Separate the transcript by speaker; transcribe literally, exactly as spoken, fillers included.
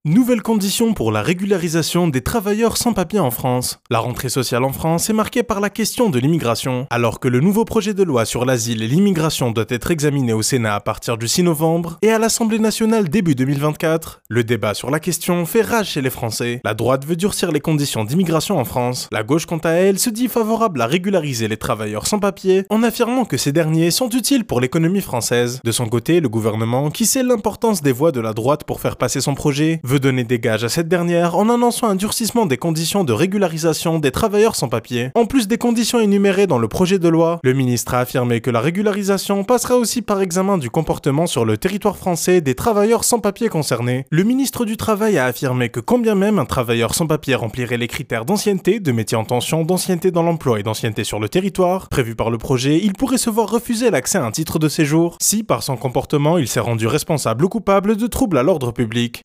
Speaker 1: Nouvelles conditions pour la régularisation des travailleurs sans papier en France. La rentrée sociale en France est marquée par la question de l'immigration. Alors que le nouveau projet de loi sur l'asile et l'immigration doit être examiné au Sénat à partir du six novembre et à l'Assemblée nationale début deux mille vingt-quatre, le débat sur la question fait rage chez les Français. La droite veut durcir les conditions d'immigration en France. La gauche, quant à elle, se dit favorable à régulariser les travailleurs sans papier en affirmant que ces derniers sont utiles pour l'économie française. De son côté, le gouvernement, qui sait l'importance des voix de la droite pour faire passer son projet, veut donner des gages à cette dernière en annonçant un durcissement des conditions de régularisation des travailleurs sans papier. En plus des conditions énumérées dans le projet de loi, le ministre a affirmé que la régularisation passera aussi par examen du comportement sur le territoire français des travailleurs sans papier concernés. Le ministre du Travail a affirmé que quand bien même un travailleur sans papier remplirait les critères d'ancienneté, de métier en tension, d'ancienneté dans l'emploi et d'ancienneté sur le territoire, prévus par le projet, il pourrait se voir refuser l'accès à un titre de séjour si, par son comportement, il s'est rendu responsable ou coupable de troubles à l'ordre public.